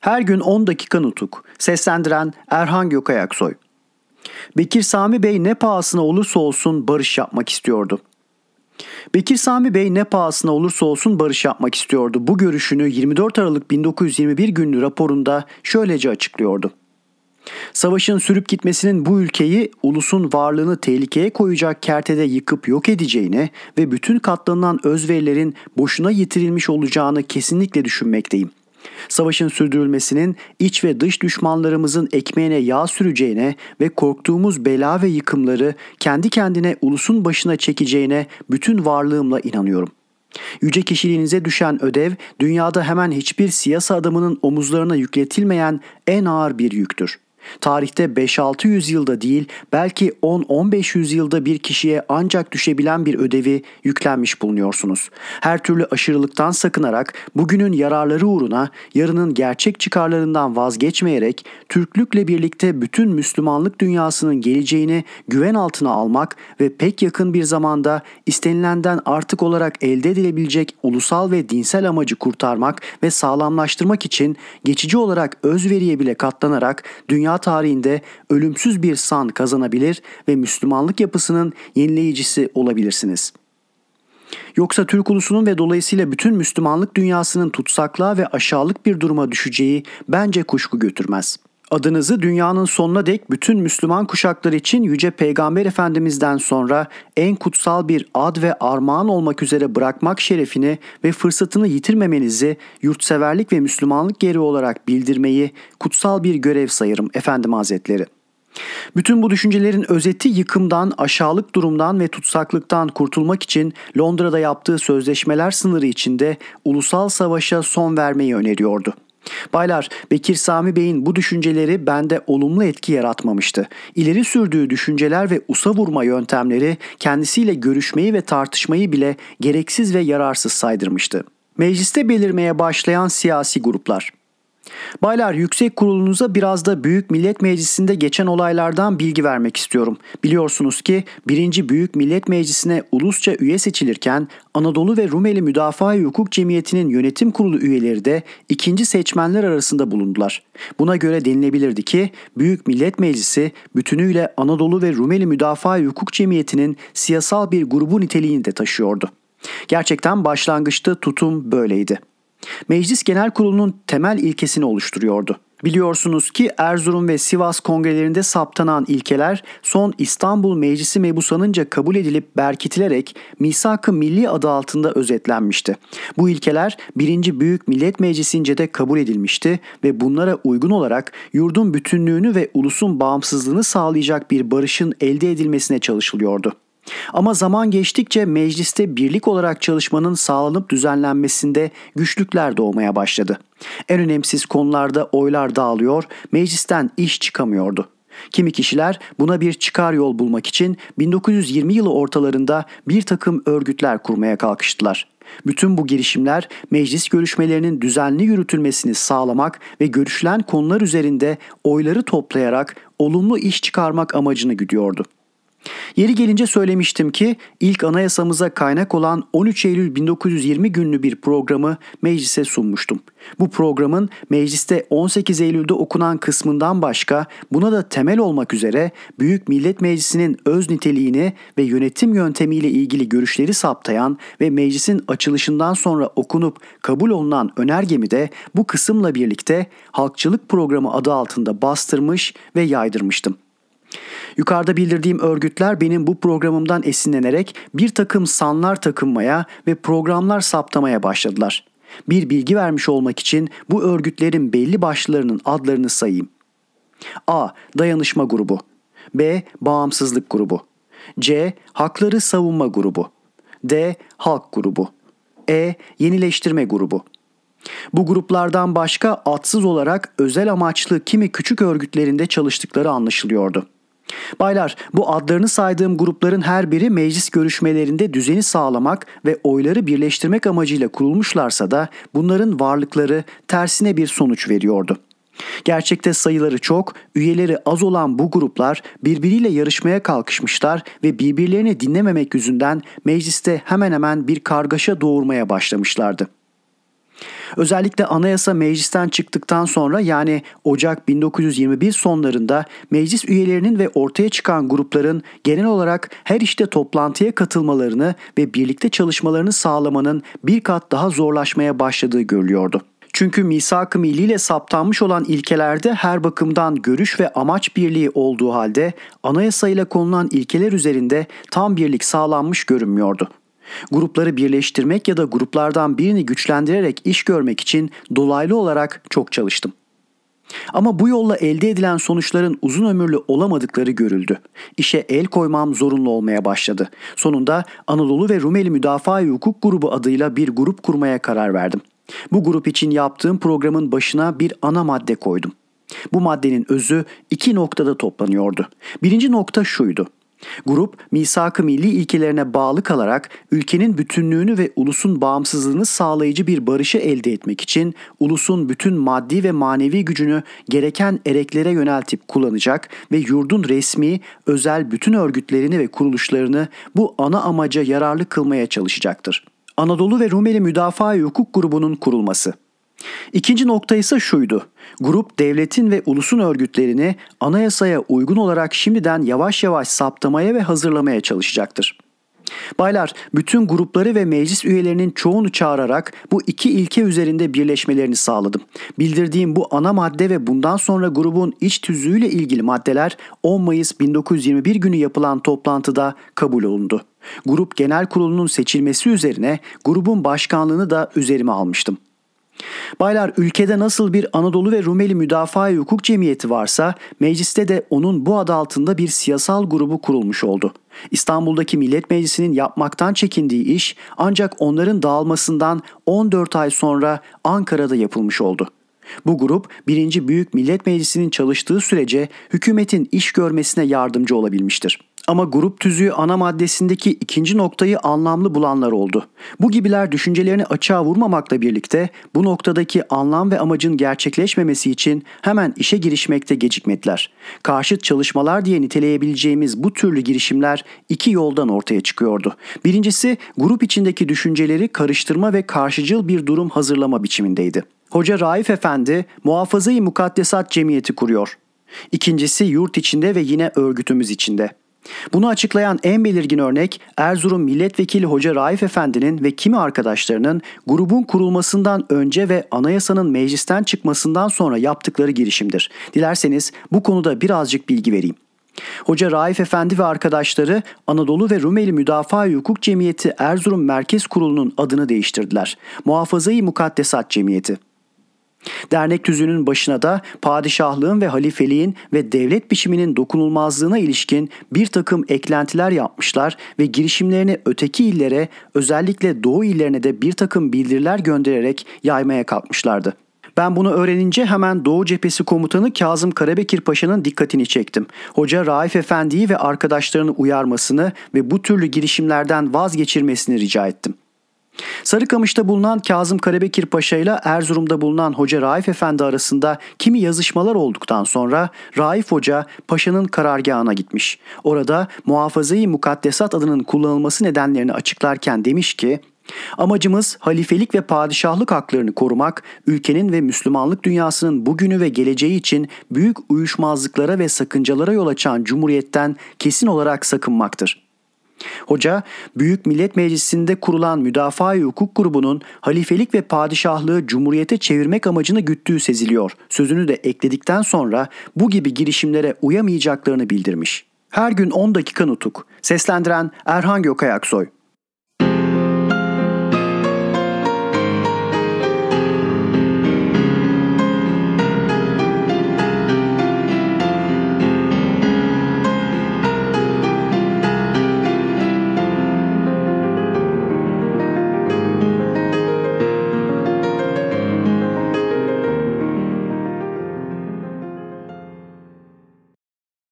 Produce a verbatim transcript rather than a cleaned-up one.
Her gün on dakika nutuk. Seslendiren Erhan Gökayaksoy. Bekir Sami Bey ne pahasına olursa olsun barış yapmak istiyordu. Bekir Sami Bey ne pahasına olursa olsun barış yapmak istiyordu. Bu görüşünü yirmi dört Aralık bin dokuz yüz yirmi bir günlü raporunda şöylece açıklıyordu. Savaşın sürüp gitmesinin bu ülkeyi ulusun varlığını tehlikeye koyacak kertede yıkıp yok edeceğini ve bütün katlanılan özverilerin boşuna yitirilmiş olacağını kesinlikle düşünmekteyim. Savaşın sürdürülmesinin iç ve dış düşmanlarımızın ekmeğine yağ süreceğine ve korktuğumuz bela ve yıkımları kendi kendine ulusun başına çekeceğine bütün varlığımla inanıyorum. Yüce kişiliğinize düşen ödev dünyada hemen hiçbir siyasi adamının omuzlarına yükletilmeyen en ağır bir yüktür. Tarihte beş altı yüzyılda değil belki on on beş yüzyılda bir kişiye ancak düşebilen bir ödevi yüklenmiş bulunuyorsunuz. Her türlü aşırılıktan sakınarak bugünün yararları uğruna yarının gerçek çıkarlarından vazgeçmeyerek Türklükle birlikte bütün Müslümanlık dünyasının geleceğini güven altına almak ve pek yakın bir zamanda istenilenden artık olarak elde edilebilecek ulusal ve dinsel amacı kurtarmak ve sağlamlaştırmak için geçici olarak özveriye bile katlanarak dünya tarihinde ölümsüz bir san kazanabilir ve Müslümanlık yapısının yenileyicisi olabilirsiniz. Yoksa Türk ulusunun ve dolayısıyla bütün Müslümanlık dünyasının tutsaklığa ve aşağılık bir duruma düşeceği bence kuşku götürmez. Adınızı dünyanın sonuna dek bütün Müslüman kuşakları için Yüce Peygamber Efendimiz'den sonra en kutsal bir ad ve armağan olmak üzere bırakmak şerefini ve fırsatını yitirmemenizi yurtseverlik ve Müslümanlık gereği olarak bildirmeyi kutsal bir görev sayarım Efendim Hazretleri. Bütün bu düşüncelerin özeti yıkımdan, aşağılık durumdan ve tutsaklıktan kurtulmak için Londra'da yaptığı sözleşmeler sınırı içinde ulusal savaşa son vermeyi öneriyordu. Baylar, Bekir Sami Bey'in bu düşünceleri bende olumlu etki yaratmamıştı. İleri sürdüğü düşünceler ve usa vurma yöntemleri kendisiyle görüşmeyi ve tartışmayı bile gereksiz ve yararsız saydırmıştı. Mecliste belirmeye başlayan siyasi gruplar. Baylar, yüksek kurulunuza biraz da Büyük Millet Meclisi'nde geçen olaylardan bilgi vermek istiyorum. Biliyorsunuz ki birinci Büyük Millet Meclisi'ne ulusça üye seçilirken Anadolu ve Rumeli Müdafaa-i Hukuk Cemiyeti'nin yönetim kurulu üyeleri de ikinci seçmenler arasında bulundular. Buna göre denilebilirdi ki Büyük Millet Meclisi bütünüyle Anadolu ve Rumeli Müdafaa-i Hukuk Cemiyeti'nin siyasal bir grubu niteliğini de taşıyordu. Gerçekten başlangıçta tutum böyleydi. Meclis Genel Kurulu'nun temel ilkesini oluşturuyordu. Biliyorsunuz ki Erzurum ve Sivas kongrelerinde saptanan ilkeler son İstanbul Meclisi mebusanınca kabul edilip berkitilerek Misak-ı Milli adı altında özetlenmişti. Bu ilkeler birinci Büyük Millet Meclisi'nce de kabul edilmişti ve bunlara uygun olarak yurdun bütünlüğünü ve ulusun bağımsızlığını sağlayacak bir barışın elde edilmesine çalışılıyordu. Ama zaman geçtikçe mecliste birlik olarak çalışmanın sağlanıp düzenlenmesinde güçlükler doğmaya başladı. En önemsiz konularda oylar dağılıyor, meclisten iş çıkamıyordu. Kimi kişiler buna bir çıkar yol bulmak için bin dokuz yüz yirmi yılı ortalarında bir takım örgütler kurmaya kalkıştılar. Bütün bu girişimler meclis görüşmelerinin düzenli yürütülmesini sağlamak ve görüşülen konular üzerinde oyları toplayarak olumlu iş çıkarmak amacını güdüyordu. Yeri gelince söylemiştim ki ilk anayasamıza kaynak olan on üç Eylül bin dokuz yüz yirmi günlü bir programı meclise sunmuştum. Bu programın mecliste on sekiz Eylül'de okunan kısmından başka buna da temel olmak üzere Büyük Millet Meclisi'nin öz niteliğini ve yönetim yöntemiyle ilgili görüşleri saptayan ve meclisin açılışından sonra okunup kabul olunan önergemi de bu kısımla birlikte Halkçılık Programı adı altında bastırmış ve yaydırmıştım. Yukarıda bildirdiğim örgütler benim bu programımdan esinlenerek bir takım sanlar takınmaya ve programlar saptamaya başladılar. Bir bilgi vermiş olmak için bu örgütlerin belli başlılarının adlarını sayayım. A. Dayanışma Grubu. B. Bağımsızlık Grubu. C. Hakları Savunma Grubu. D. Halk Grubu. E. Yenileştirme Grubu. Bu gruplardan başka adsız olarak özel amaçlı kimi küçük örgütlerinde çalıştıkları anlaşılıyordu. Baylar, bu adlarını saydığım grupların her biri meclis görüşmelerinde düzeni sağlamak ve oyları birleştirmek amacıyla kurulmuşlarsa da bunların varlıkları tersine bir sonuç veriyordu. Gerçekte sayıları çok, üyeleri az olan bu gruplar birbiriyle yarışmaya kalkışmışlar ve birbirlerini dinlememek yüzünden mecliste hemen hemen bir kargaşa doğurmaya başlamışlardı. Özellikle anayasa meclisten çıktıktan sonra, yani Ocak bin dokuz yüz yirmi bir sonlarında meclis üyelerinin ve ortaya çıkan grupların genel olarak her işte toplantıya katılmalarını ve birlikte çalışmalarını sağlamanın bir kat daha zorlaşmaya başladığı görülüyordu. Çünkü misak-ı milli ile saptanmış olan ilkelerde her bakımdan görüş ve amaç birliği olduğu halde anayasayla konulan ilkeler üzerinde tam birlik sağlanmış görünmüyordu. Grupları birleştirmek ya da gruplardan birini güçlendirerek iş görmek için dolaylı olarak çok çalıştım. Ama bu yolla elde edilen sonuçların uzun ömürlü olamadıkları görüldü. İşe el koymam zorunlu olmaya başladı. Sonunda Anadolu ve Rumeli Müdafaa-i Hukuk Grubu adıyla bir grup kurmaya karar verdim. Bu grup için yaptığım programın başına bir ana madde koydum. Bu maddenin özü iki noktada toplanıyordu. Birinci nokta şuydu. Grup, misak-ı milli ilkelerine bağlı kalarak ülkenin bütünlüğünü ve ulusun bağımsızlığını sağlayıcı bir barışı elde etmek için ulusun bütün maddi ve manevi gücünü gereken ereklere yöneltip kullanacak ve yurdun resmi, özel bütün örgütlerini ve kuruluşlarını bu ana amaca yararlı kılmaya çalışacaktır. Anadolu ve Rumeli Müdafaa-i Hukuk Grubu'nun kurulması. İkinci nokta ise şuydu. Grup, devletin ve ulusun örgütlerini anayasaya uygun olarak şimdiden yavaş yavaş saptamaya ve hazırlamaya çalışacaktır. Baylar, bütün grupları ve meclis üyelerinin çoğunu çağırarak bu iki ilke üzerinde birleşmelerini sağladım. Bildirdiğim bu ana madde ve bundan sonra grubun iç tüzüğüyle ilgili maddeler on Mayıs bin dokuz yüz yirmi bir günü yapılan toplantıda kabul olundu. Grup Genel Kurulu'nun seçilmesi üzerine grubun başkanlığını da üzerime almıştım. Baylar, ülkede nasıl bir Anadolu ve Rumeli Müdafaa-i Hukuk Cemiyeti varsa mecliste de onun bu adı altında bir siyasal grubu kurulmuş oldu. İstanbul'daki Millet Meclisi'nin yapmaktan çekindiği iş ancak onların dağılmasından on dört ay sonra Ankara'da yapılmış oldu. Bu grup birinci Büyük Millet Meclisi'nin çalıştığı sürece hükümetin iş görmesine yardımcı olabilmiştir. Ama grup tüzüğü ana maddesindeki ikinci noktayı anlamlı bulanlar oldu. Bu gibiler düşüncelerini açığa vurmamakla birlikte bu noktadaki anlam ve amacın gerçekleşmemesi için hemen işe girişmekte gecikmediler. Karşıt çalışmalar diye niteleyebileceğimiz bu türlü girişimler iki yoldan ortaya çıkıyordu. Birincisi, grup içindeki düşünceleri karıştırma ve karşıcıl bir durum hazırlama biçimindeydi. Hoca Raif Efendi Muhafaza-i Mukaddesat Cemiyeti kuruyor. İkincisi, yurt içinde ve yine örgütümüz içinde. Bunu açıklayan en belirgin örnek Erzurum Milletvekili Hoca Raif Efendi'nin ve kimi arkadaşlarının grubun kurulmasından önce ve anayasanın meclisten çıkmasından sonra yaptıkları girişimdir. Dilerseniz bu konuda birazcık bilgi vereyim. Hoca Raif Efendi ve arkadaşları Anadolu ve Rumeli Müdafaa-i Hukuk Cemiyeti Erzurum Merkez Kurulu'nun adını değiştirdiler. Muhafaza-i Mukaddesat Cemiyeti. Dernek tüzüğünün başına da padişahlığın ve halifeliğin ve devlet biçiminin dokunulmazlığına ilişkin bir takım eklentiler yapmışlar ve girişimlerini öteki illere, özellikle Doğu illerine de bir takım bildiriler göndererek yaymaya kalkmışlardı. Ben bunu öğrenince hemen Doğu Cephesi Komutanı Kazım Karabekir Paşa'nın dikkatini çektim. Hoca Raif Efendi'yi ve arkadaşlarını uyarmasını ve bu türlü girişimlerden vazgeçirmesini rica ettim. Sarıkamış'ta bulunan Kazım Karabekir Paşa ile Erzurum'da bulunan Hoca Raif Efendi arasında kimi yazışmalar olduktan sonra Raif Hoca Paşa'nın karargahına gitmiş. Orada Muhafaza-i Mukaddesat adının kullanılması nedenlerini açıklarken demiş ki, amacımız halifelik ve padişahlık haklarını korumak, ülkenin ve Müslümanlık dünyasının bugünü ve geleceği için büyük uyuşmazlıklara ve sakıncalara yol açan cumhuriyetten kesin olarak sakınmaktır. Hoca, Büyük Millet Meclisi'nde kurulan Müdafaa-i Hukuk Grubu'nun halifelik ve padişahlığı cumhuriyete çevirmek amacını güttüğü seziliyor. Sözünü de ekledikten sonra bu gibi girişimlere uyamayacaklarını bildirmiş. Her gün on dakika nutuk. Seslendiren Erhan Gökay Aksoy.